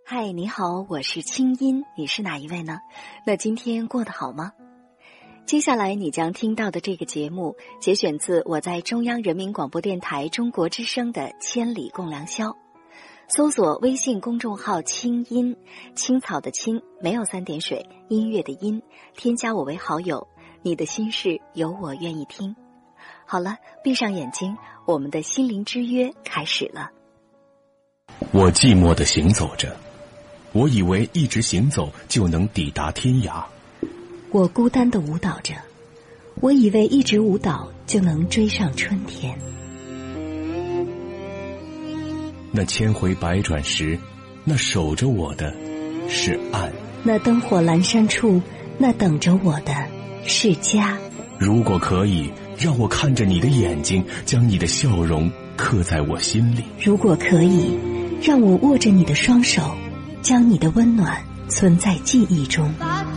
嗨，你好，我是清音，你是哪一位呢？那今天过得好吗？接下来你将听到的这个节目节选自我在中央人民广播电台中国之声的《千里共良宵》，搜索微信公众号清音，青草的青，没有三点水，音乐的音，添加我为好友，你的心事有我愿意听。好了，闭上眼睛，我们的心灵之约开始了。 我寂寞地行走着，我以为一直行走就能抵达天涯。 我孤单地舞蹈着，我以为一直舞蹈就能追上春天。 那千回百转时，那守着我的是岸， 那灯火阑珊处，那等着我的是家。 如果可以，让我看着你的眼睛，将你的笑容刻在我心里。 如果可以，让我握着你的双手，将你的温暖存在记忆中。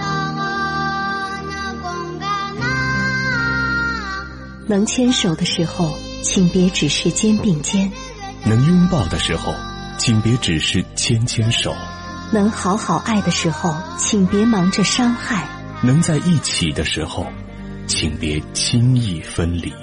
能牵手的时候，请别只是肩并肩； 能拥抱的时候，请别只是牵牵手； 能好好爱的时候，请别忙着伤害； 能在一起的时候，请别轻易分离。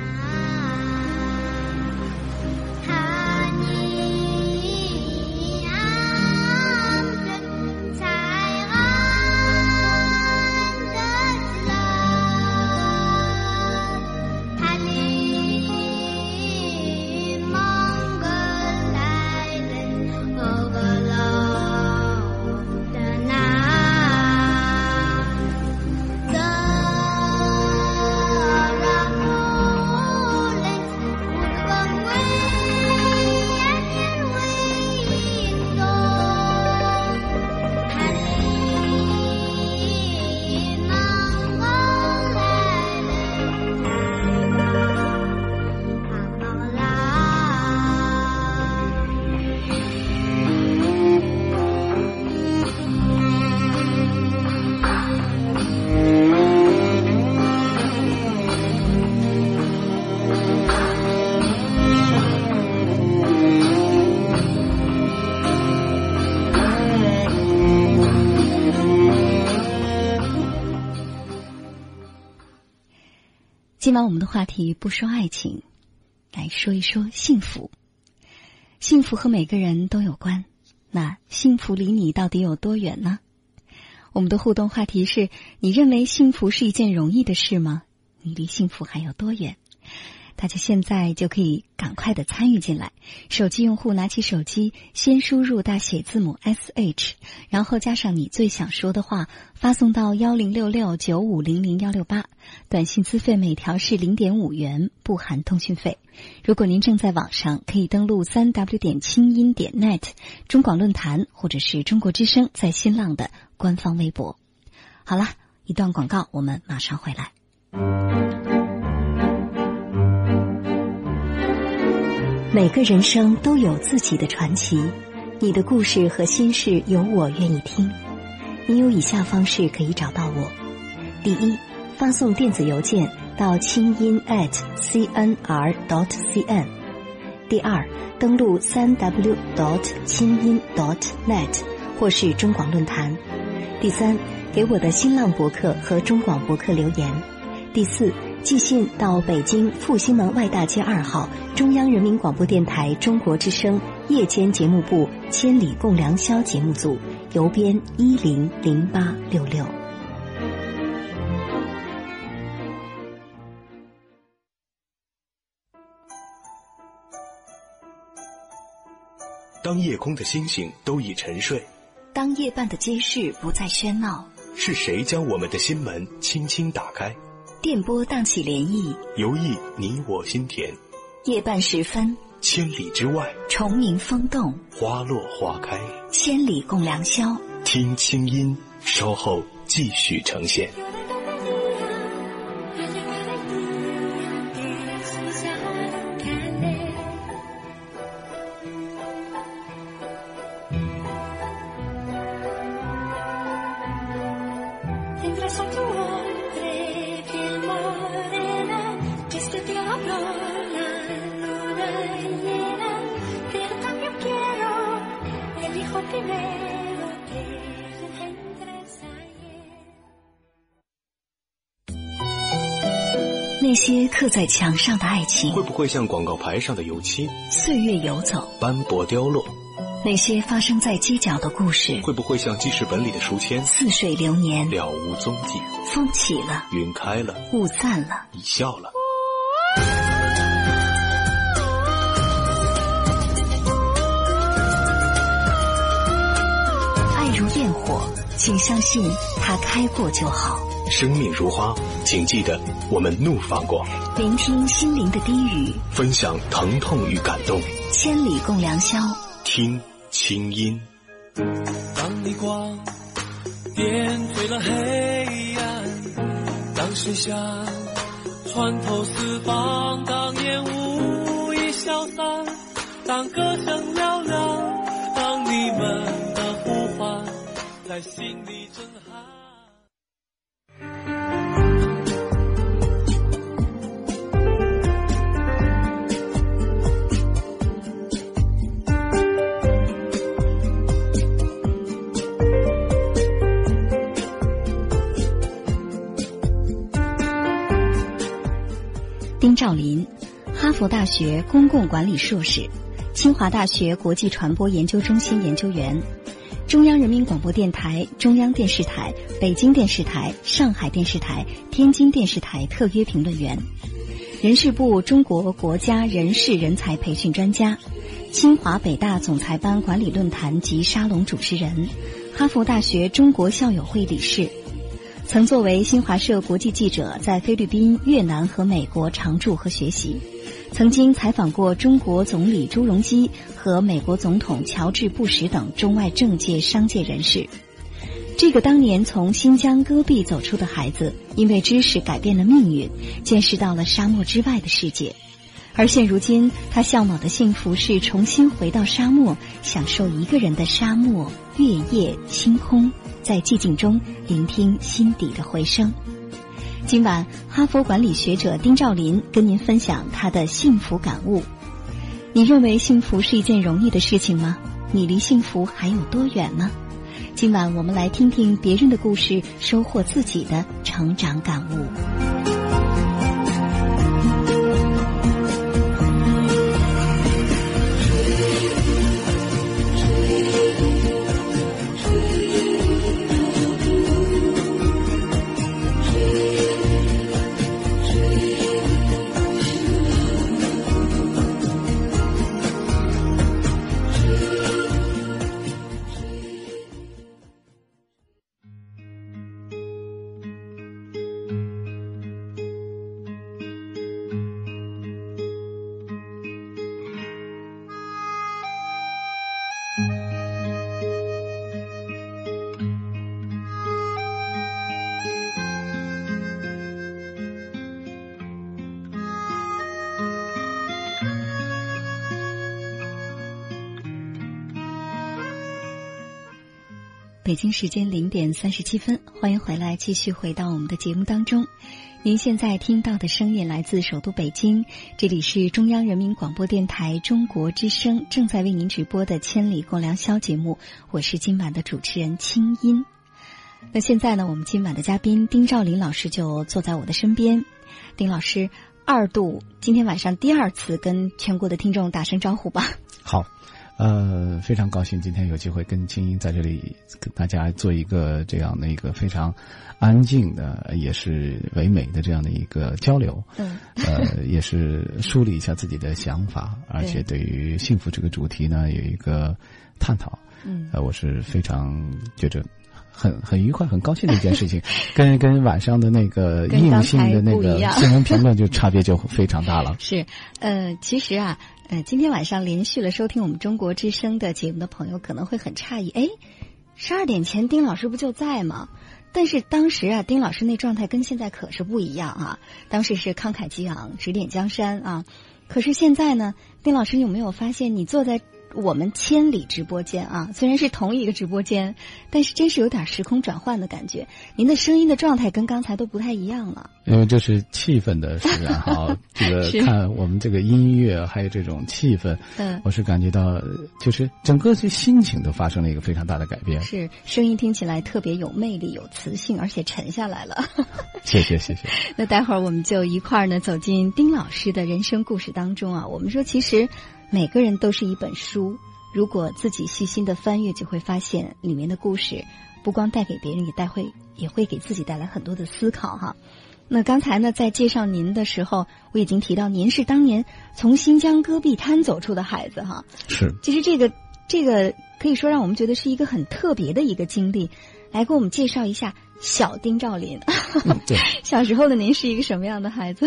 今晚我们的话题不说爱情，来说一说幸福。幸福和每个人都有关，那幸福离你到底有多远呢？我们的互动话题是：你认为幸福是一件容易的事吗？你离幸福还有多远？大家现在就可以赶快的参与进来。手机用户拿起手机，先输入大写字母 SH， 然后加上你最想说的话，发送到106695000168。短信资费每条是0.5元，不含通讯费。如果您正在网上，可以登录3w 清音.net 中广论坛或者是中国之声在新浪的官方微博。好了，一段广告，我们马上回来。每个人生都有自己的传奇，你的故事和心事有我愿意听。你有以下方式可以找到我：第一，发送电子邮件到清音@cnr.cn；第二，登录3w 清音.net 或是中广论坛；第三，给我的新浪博客和中广博客留言；第四，寄信到北京复兴门外大街2号中央人民广播电台中国之声夜间节目部千里共良宵节目组，邮编100866。 当夜空的星星都已沉睡， 当夜半的街市不再喧闹， 是谁将我们的心门轻轻打开？ 电波荡起涟漪， 游弋你我心田。 夜半时分， 千里之外， 虫鸣风动， 花落花开。 千里共良宵， 听清音，稍后继续呈现。 Primero 那些刻在墙上的爱情， 会不会像广告牌上的油漆， 岁月游走， 斑驳凋落？ 那些发生在街角的故事， 会不会像记事本里的书签， 似水流年， 了无踪迹？ 风起了， 云开了， 雾散了， 你笑了。 爱如焰火，请相信它开过就好。 生命如花，请记得我们怒放过。 聆听心灵的低语， 分享疼痛与感动。 千里共良宵， 听清音。 当逆光点缀了黑暗，当盛夏穿透四方，当烟雾已消散，当歌声嘹亮，当你们的呼唤在心里震撼。 丁兆林，哈佛大学公共管理硕士，清华大学国际传播研究中心研究员，中央人民广播电台、中央电视台、北京电视台、上海电视台、天津电视台特约评论员，人事部中国国家人事人才培训专家，清华北大总裁班管理论坛及沙龙主持人，哈佛大学中国校友会理事。曾作为新华社国际记者在菲律宾、越南和美国常驻和学习，曾经采访过中国总理朱镕基和美国总统乔治·布什等中外政界、商界人士。这个当年从新疆戈壁走出的孩子，因为知识改变了命运，见识到了沙漠之外的世界。而现如今，他向往的幸福是重新回到沙漠，享受一个人的沙漠、月夜、星空，在寂静中聆听心底的回声。今晚，哈佛管理学者丁兆林跟您分享他的幸福感悟。你认为幸福是一件容易的事情吗？你离幸福还有多远呢？今晚我们来听听别人的故事，收获自己的成长感悟。北京时间0点37分，欢迎回来，继续回到我们的节目当中。您现在听到的声音来自首都北京，这里是中央人民广播电台中国之声正在为您直播的千里共良宵节目，我是今晚的主持人清音。那现在呢，我们今晚的嘉宾丁兆林老师就坐在我的身边。丁老师2度今天晚上第2次跟全国的听众打声招呼吧。 好，非常高兴今天有机会跟清音在这里跟大家做一个这样的一个非常安静的也是唯美的这样的一个交流。也是梳理一下自己的想法，而且对于幸福这个主题呢有一个探讨。我是非常觉着很愉快、很高兴的一件事情，跟晚上的那个硬性的那个新闻评论就差别就非常大了。 是，其实啊，今天晚上连续了收听我们中国之声的节目的朋友可能会很诧异，12点前丁老师不就在吗？但是当时啊，丁老师那状态跟现在可是不一样啊，当时是慷慨激昂、指点江山啊。可是现在呢，丁老师有没有发现，你坐在我们千里直播间啊，虽然是同一个直播间，但是真是有点时空转换的感觉。您的声音的状态跟刚才都不太一样了， 因为这是气氛的使然哈。这个看我们这个音乐还有这种气氛，我是感觉到就是整个这心情都发生了一个非常大的改变。 是，声音听起来特别有魅力、有磁性，而且沉下来了。 谢谢。 那待会儿我们就一块儿呢走进丁老师的人生故事当中啊。我们说，其实每个人都是一本书，如果自己细心的翻阅，就会发现里面的故事不光带给别人，也会给自己带来很多的思考哈。那刚才呢，在介绍您的时候，我已经提到您是当年从新疆戈壁滩走出的孩子哈。 是， 其实这个可以说让我们觉得是一个很特别的一个经历。来给我们介绍一下小丁兆林。 对， 小时候的您是一个什么样的孩子？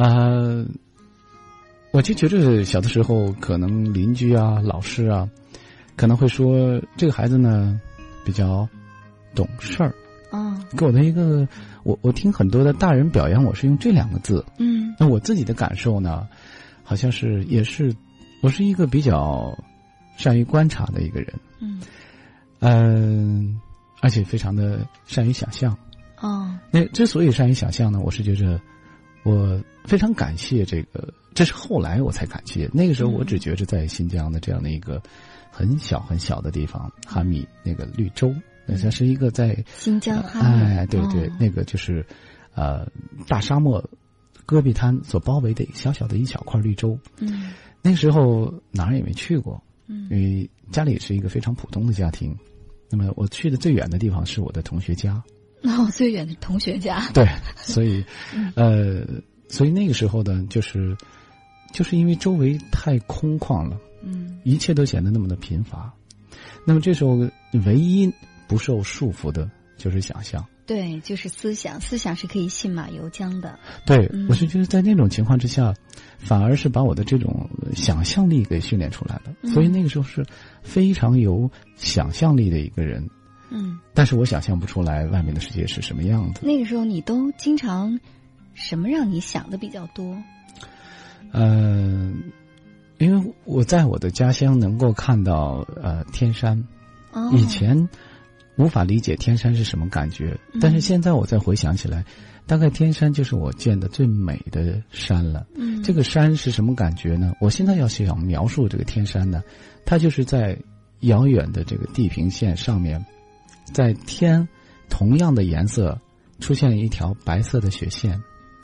我就觉得小的时候，可能邻居啊、老师啊，可能会说这个孩子呢比较懂事儿。给我的一个，我听很多的大人表扬我是用这2个字。那我自己的感受呢，好像是也是，我是一个比较善于观察的一个人。而且非常的善于想象。那之所以善于想象呢，我是觉着我非常感谢这个，这是后来我才感谢。那个时候我只觉着在新疆的这样的一个很小很小的地方，哈密那个绿洲，那像是一个在新疆哈密， 对，那个就是大沙漠戈壁滩所包围的小小的一小块绿洲。那个时候哪儿也没去过，因为家里是一个非常普通的家庭。那么我去的最远的地方是我的同学家。 最远的同学家。 对，所以那个时候呢，就是因为周围太空旷了，一切都显得那么的贫乏。那么这时候唯一不受束缚的就是想象。 对，就是思想是可以信马由缰的。 对，我是觉得在那种情况之下，反而是把我的这种想象力给训练出来了。所以那个时候是非常有想象力的一个人。但是我想象不出来外面的世界是什么样子。那个时候你都经常什么让你想的比较多？ 因为我在我的家乡能够看到天山。以前无法理解天山是什么感觉，但是现在我再回想起来，大概天山就是我见的最美的山了。这个山是什么感觉呢？我现在要想描述这个天山呢，它就是在遥远的这个地平线上面，在天同样的颜色出现了一条白色的雪线。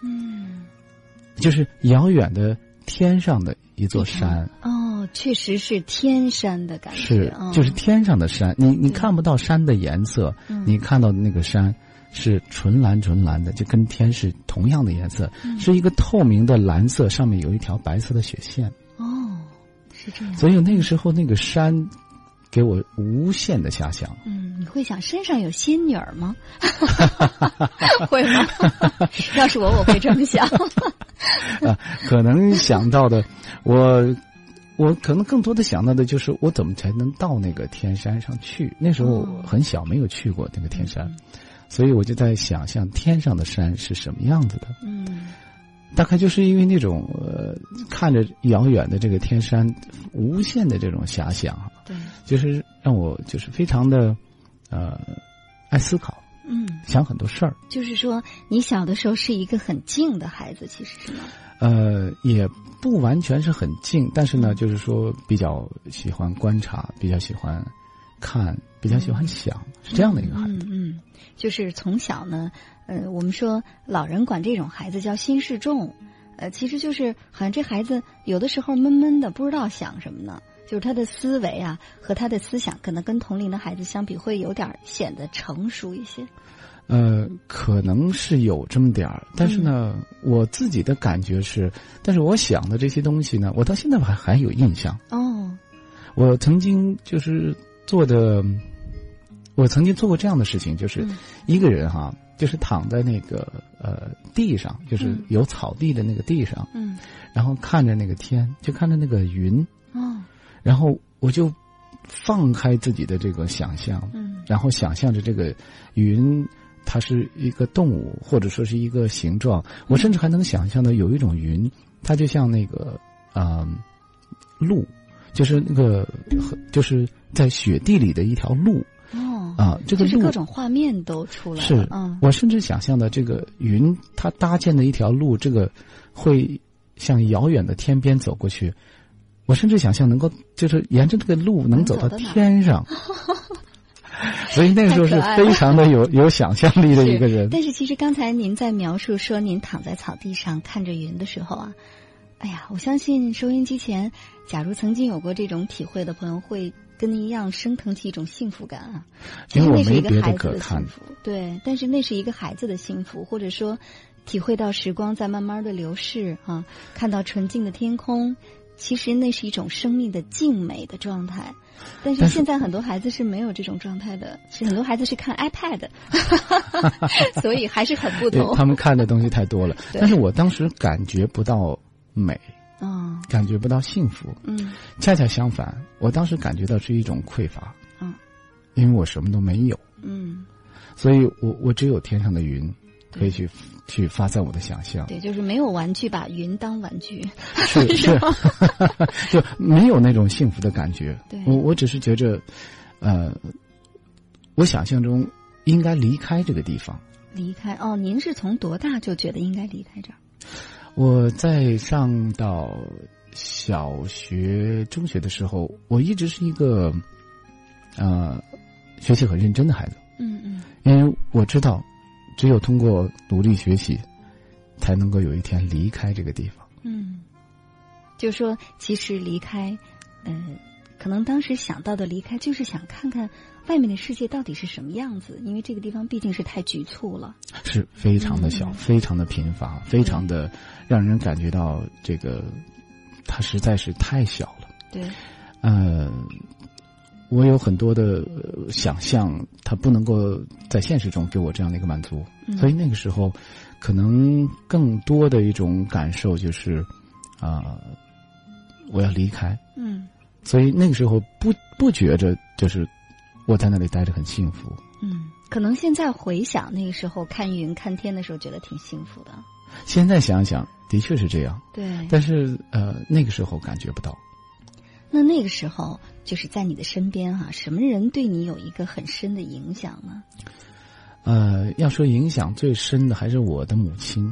就是遥远的天上的一座山。 确实是天山的感觉。 是，就是天上的山，你看不到山的颜色，你看到的那个山是纯蓝纯蓝的，就跟天是同样的颜色，是一个透明的蓝色，上面有一条白色的雪线。 是这样。 所以那个时候那个山给我无限的遐想。 你会想身上有仙女儿吗？会吗？要是我会这么想。 可能想到的，我可能更多的想到的就是我怎么才能到那个天山上去。那时候很小，没有去过那个天山，所以我就在想象天上的山是什么样子的。大概就是因为那种看着遥远的这个天山，无限的这种遐想，对，就是让我就是非常的爱思考。想很多事儿。就是说你小的时候是一个很静的孩子，其实是吗？也不完全是很静，但是呢，就是说比较喜欢观察，比较喜欢看，比较喜欢想，是这样的一个孩子。就是从小呢，我们说老人管这种孩子叫心事重，其实就是好像这孩子有的时候闷闷的，不知道想什么呢。就是他的思维啊和他的思想可能跟同龄的孩子相比会有点显得成熟一些。可能是有这么点儿，但是呢，我自己的感觉是，但是我想的这些东西呢，我到现在还有印象。我曾经就是我曾经做过这样的事情，就是一个人哈，就是躺在那个地上，就是有草地的那个地上，然后看着那个天，就看着那个云，然后我就放开自己的这个想象，然后想象着这个云它是一个动物，或者说是一个形状，我甚至还能想象的有一种云，它就像那个鹿， 就是那个就是在雪地里的一条路。这个路就是各种画面都出来了。 是，我甚至想象的这个云，它搭建的一条路，这个会向遥远的天边走过去。我甚至想象能够就是沿着这个路能走到天上。所以那个时候是非常的有想象力的一个人。 但是其实刚才您在描述说您躺在草地上看着云的时候啊，哎呀，我相信收音机前假如曾经有过这种体会的朋友会跟您一样升腾起一种幸福感啊， 因为我没别的可看。 对，但是那是一个孩子的幸福，或者说体会到时光在慢慢的流逝啊，看到纯净的天空，其实那是一种生命的静美的状态。但是现在很多孩子是没有这种状态的，是很多孩子是看 iPad 所以还是很不同。 他们看的东西太多了。但是我当时感觉不到美，感觉不到幸福。恰恰相反，我当时感觉到是一种匮乏。因为我什么都没有。所以我只有天上的云可以去发散我的想象。 对，就是没有玩具，把云当玩具。 是就没有那种幸福的感觉。 对， 我只是觉着我想象中应该离开这个地方。 离开您是从多大就觉得应该离开这儿？ 我在上到小学中学的时候，我一直是一个学习很认真的孩子。因为我知道只有通过努力学习才能够有一天离开这个地方。 就是说其实离开可能当时想到的离开就是想看看外面的世界到底是什么样子，因为这个地方毕竟是太局促了，是非常的小，非常的贫乏，非常的让人感觉到这个它实在是太小了。 对， 我有很多的想象，它不能够在现实中给我这样的一个满足，所以那个时候可能更多的一种感受就是我要离开。所以那个时候不觉着就是我在那里待着很幸福。 可能现在回想那个时候看云看天的时候觉得挺幸福的， 现在想想的确是这样。 对， 但是那个时候感觉不到。 那个时候就是在你的身边什么人对你有一个很深的影响呢？ 要说影响最深的还是我的母亲。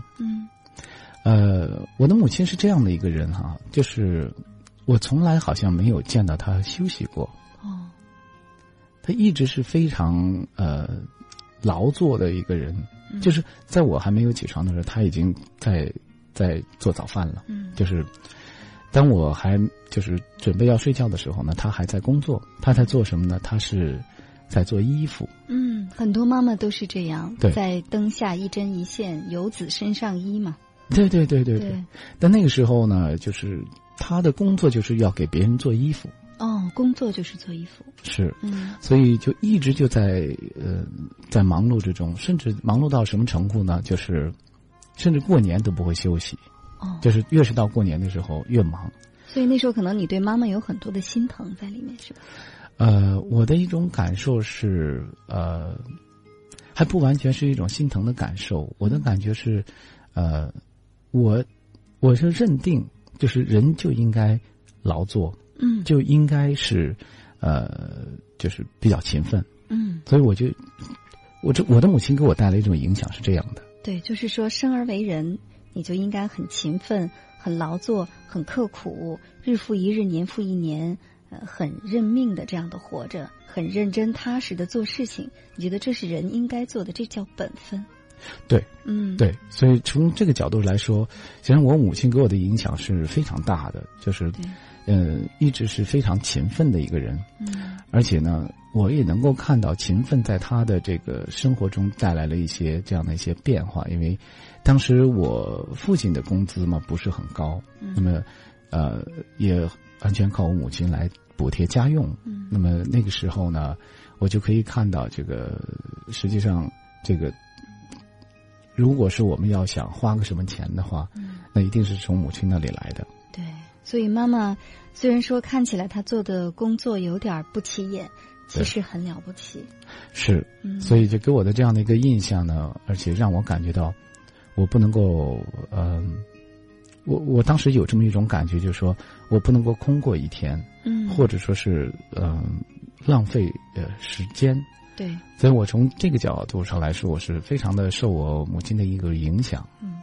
我的母亲是这样的一个人就是我从来好像没有见到她休息过。她一直是非常劳作的一个人。就是在我还没有起床的时候，她已经在做早饭了。就是当我还就是准备要睡觉的时候呢，她还在工作。她在做什么呢？她是在做衣服。很多妈妈都是这样，在灯下一针一线，游子身上衣嘛。对。但那个时候呢，就是她的工作就是要给别人做衣服。工作就是做衣服。是。所以就一直就在忙碌之中，甚至忙碌到什么程度呢？就是甚至过年都不会休息。就是越是到过年的时候越忙。所以那时候可能你对妈妈有很多的心疼在里面，是吧？我的一种感受是还不完全是一种心疼的感受。我的感觉是我是认定就是人就应该劳作，就应该是就是比较勤奋。所以我的母亲给我带来一种影响是这样的。对，就是说生而为人，你就应该很勤奋，很劳作，很刻苦，日复一日，年复一年，很认命的这样的活着，很认真踏实的做事情。你觉得这是人应该做的，这叫本分。对，对，所以从这个角度来说，其实我母亲给我的影响是非常大的，就是一直是非常勤奋的一个人。而且呢，我也能够看到勤奋在她的这个生活中带来了一些这样的一些变化。因为当时我父亲的工资嘛不是很高，那么也完全靠我母亲来补贴家用。那么那个时候呢，我就可以看到这个实际上这个如果是我们要想花个什么钱的话，那一定是从母亲那里来的。对，所以妈妈虽然说看起来她做的工作有点不起眼，其实很了不起。是，所以就给我的这样的一个印象呢，而且让我感觉到我不能够我当时有这么一种感觉，就是说我不能够空过一天，或者说是浪费时间。 对， 所以我从这个角度上来说，我是非常的受我母亲的一个影响。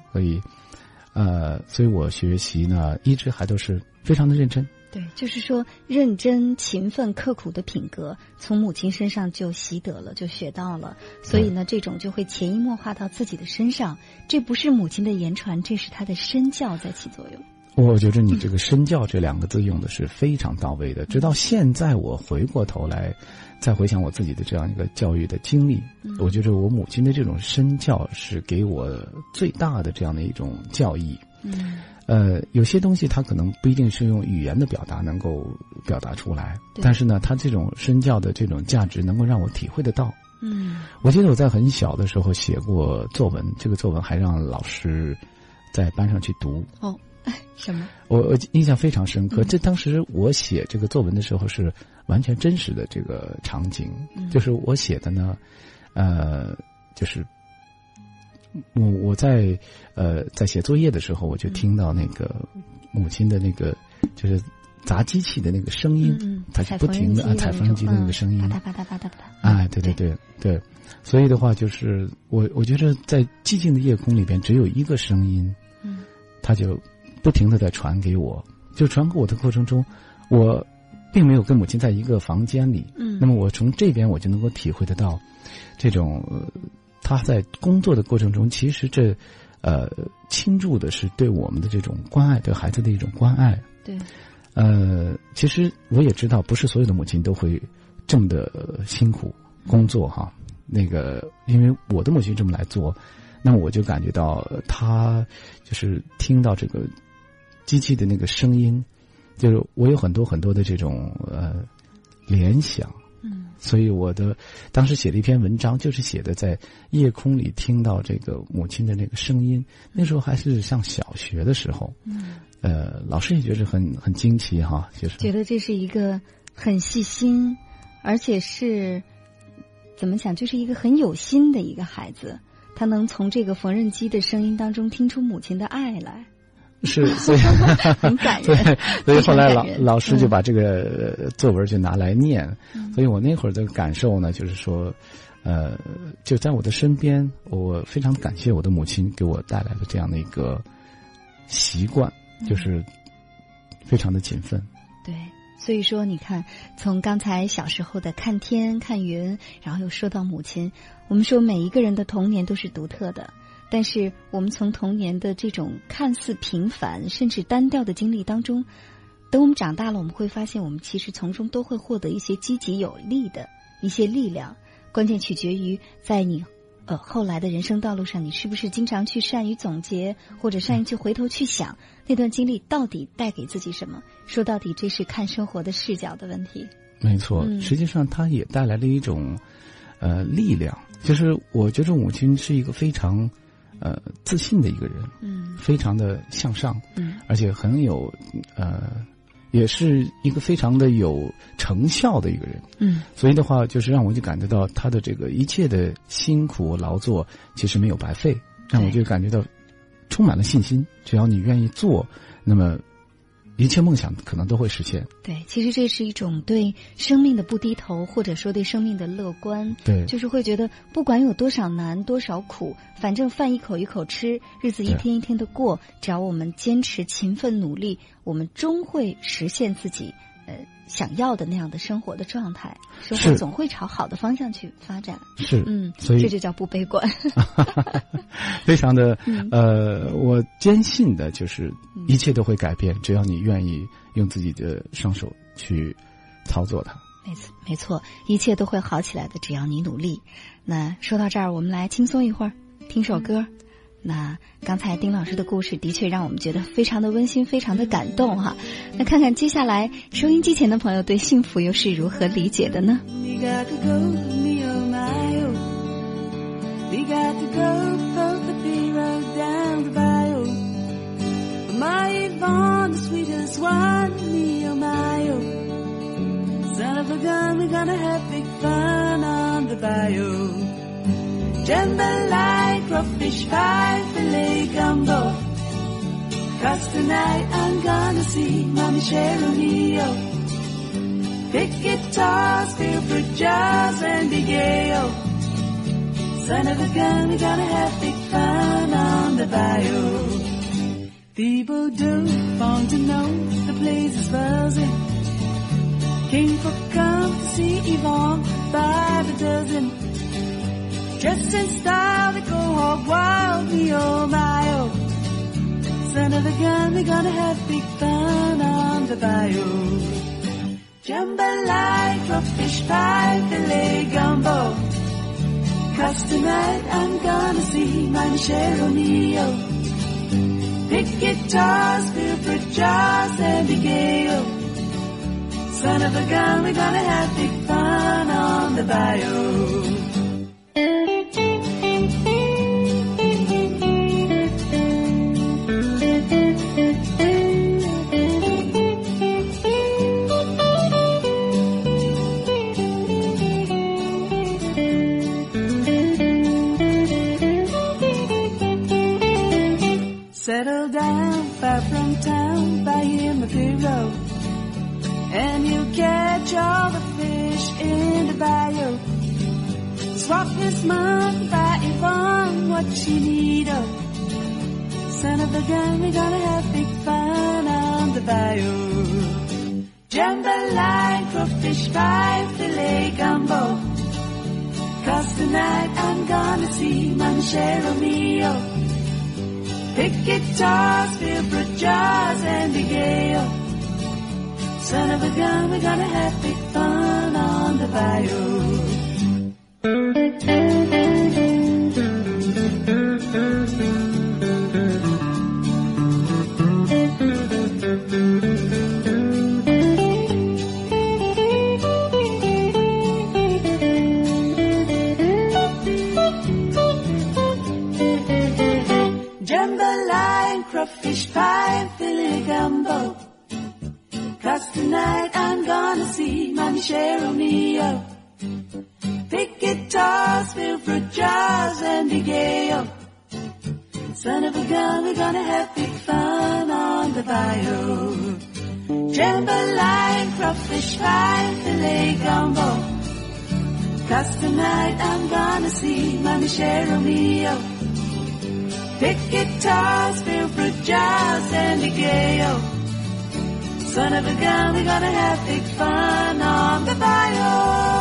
所以我学习呢，一直还都是非常的认真。 对，就是说认真、勤奋、刻苦的品格，从母亲身上就习得了，就学到了。所以呢，这种就会潜移默化到自己的身上。这不是母亲的言传，这是她的身教在起作用。 我觉得你这个身教这2个字用的是非常到位的。直到现在，我回过头来再回想我自己的这样一个教育的经历，我觉得我母亲的这种身教是给我最大的这样的一种教益。有些东西它可能不一定是用语言的表达能够表达出来，但是呢，它这种身教的这种价值能够让我体会得到。我记得我在很小的时候写过作文，这个作文还让老师在班上去读。 什么？ 我印象非常深刻。这当时我写这个作文的时候是完全真实的这个场景，就是我写的呢，就是我在写作业的时候，我就听到那个母亲的那个就是砸机器的那个声音，它是不停的踩缝纫机的那个声音， 啪嗒啪嗒啪嗒啪嗒。 对，所以的话就是我觉得在寂静的夜空里边，只有一个声音，它就不停的在传给我，就传给我的过程中，我并没有跟母亲在一个房间里，那么我从这边我就能够体会得到，这种他在工作的过程中，其实这倾注的是对我们的这种关爱，对孩子的一种关爱。 对， 其实我也知道，不是所有的母亲都会这么的辛苦工作哈。因为我的母亲这么来做，那么我就感觉到她就是听到这个机器的那个声音，就是我有很多很多的这种联想。所以我当时写了一篇文章，就是写的在夜空里听到这个母亲的那个声音。那时候还是上小学的时候，老师也觉得很惊奇哈，就是觉得这是一个很细心，而且是怎么讲，就是一个很有心的一个孩子，他能从这个缝纫机的声音当中听出母亲的爱来。 是，所以很感人。 所以后来老师就把这个作文就拿来念，所以我那会儿的感受呢，就是说，就在我的身边，我非常感谢我的母亲给我带来的这样的一个习惯，就是非常的勤奋。 对。所以说你看，从刚才小时候的看天看云，然后又说到母亲，我们说每一个人的童年都是独特的，但是我们从童年的这种看似平凡甚至单调的经历当中，等我们长大了，我们会发现我们其实从中都会获得一些积极有力的一些力量，关键取决于在你后来的人生道路上，你是不是经常去善于总结，或者善于去回头去想那段经历到底带给自己什么。说到底，这是看生活的视角的问题。 没错，实际上它也带来了一种力量，就是我觉得母亲是一个非常自信的一个人，非常的向上，而且很有也是一个非常的有成效的一个人，所以的话就是让我就感觉到他的这个一切的辛苦劳作其实没有白费，让我就感觉到充满了信心，只要你愿意做，那么一切梦想可能都会实现。 对，其实这是一种对生命的不低头，或者说对生命的乐观。 对， 就是会觉得不管有多少难多少苦，反正饭一口一口吃，日子一天一天的过，只要我们坚持勤奋努力，我们终会实现自己想要的那样的生活的状态，生活总会朝好的方向去发展。 是，所以这就叫不悲观。 非常的我坚信的就是一切都会改变，只要你愿意用自己的双手去操作它。 没错，一切都会好起来的，只要你努力。那说到这儿，我们来轻松一会儿，听首歌。那刚才丁老师的故事的确让我们觉得非常的温馨，非常的感动哈。那看看接下来收音机前的朋友对幸福又是如何理解的呢？ Jambalaya, crawfish pie, filet gumbo, 'Cause tonight I'm gonna see Mommy Cheryl Neo. Pick guitars, feel for jazz and be gay, oh. Son of a gun, we're gonna have big fun on the bayou. People do want to know the place is buzzing. King folk come to see Yvonne by the dozen. Dressed in style, they go hog wild, me oh my oh. Son of a gun, we're gonna have big fun on the bayou. Jambalaya, crawfish pie, filet gumbo. 'Cause tonight I'm gonna see Mommy Cheryl Neo. Pick guitars, feel for jazz and be gay, oh. Son of a gun, we're gonna have big fun on the bayou. Settle down far from town, buy him a pillow, and you'll catch all the fish in the bayou. Swap his mom, buy Yvonne what she need, oh. Son of a gun, we're gonna have big fun on the bayou. Jambalaya, crawfish pie, filet gumbo. 'Cause tonight I'm gonna see Mommy Cheryl Neo. Pick guitars, feel for jazz and be gay, oh. Son of a gun, we're gonna have big fun on the bayou. Jambalaya, crawfish pie, filet gumbo. 'Cause tonight I'm gonna see Mommy Cheryl Neo. Pick guitars, feel for jazz and be gay, oh. Son of a gun, we're gonna have big fun on the bayou. Jambalaya, crawfish pie, filet gumbo. 'Cause tonight I'm gonna see Mommy Cheryl Neo. Pick guitars, feel for jazz and be gay, oh. Son of a gun, we're gonna have big fun on the bayou.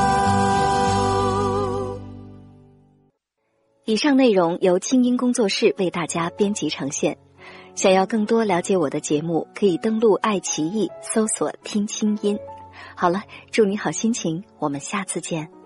以上内容由清音工作室为大家编辑呈现。想要更多了解我的节目，可以登录爱奇艺搜索听清音。好了，祝你好心情，我们下次见。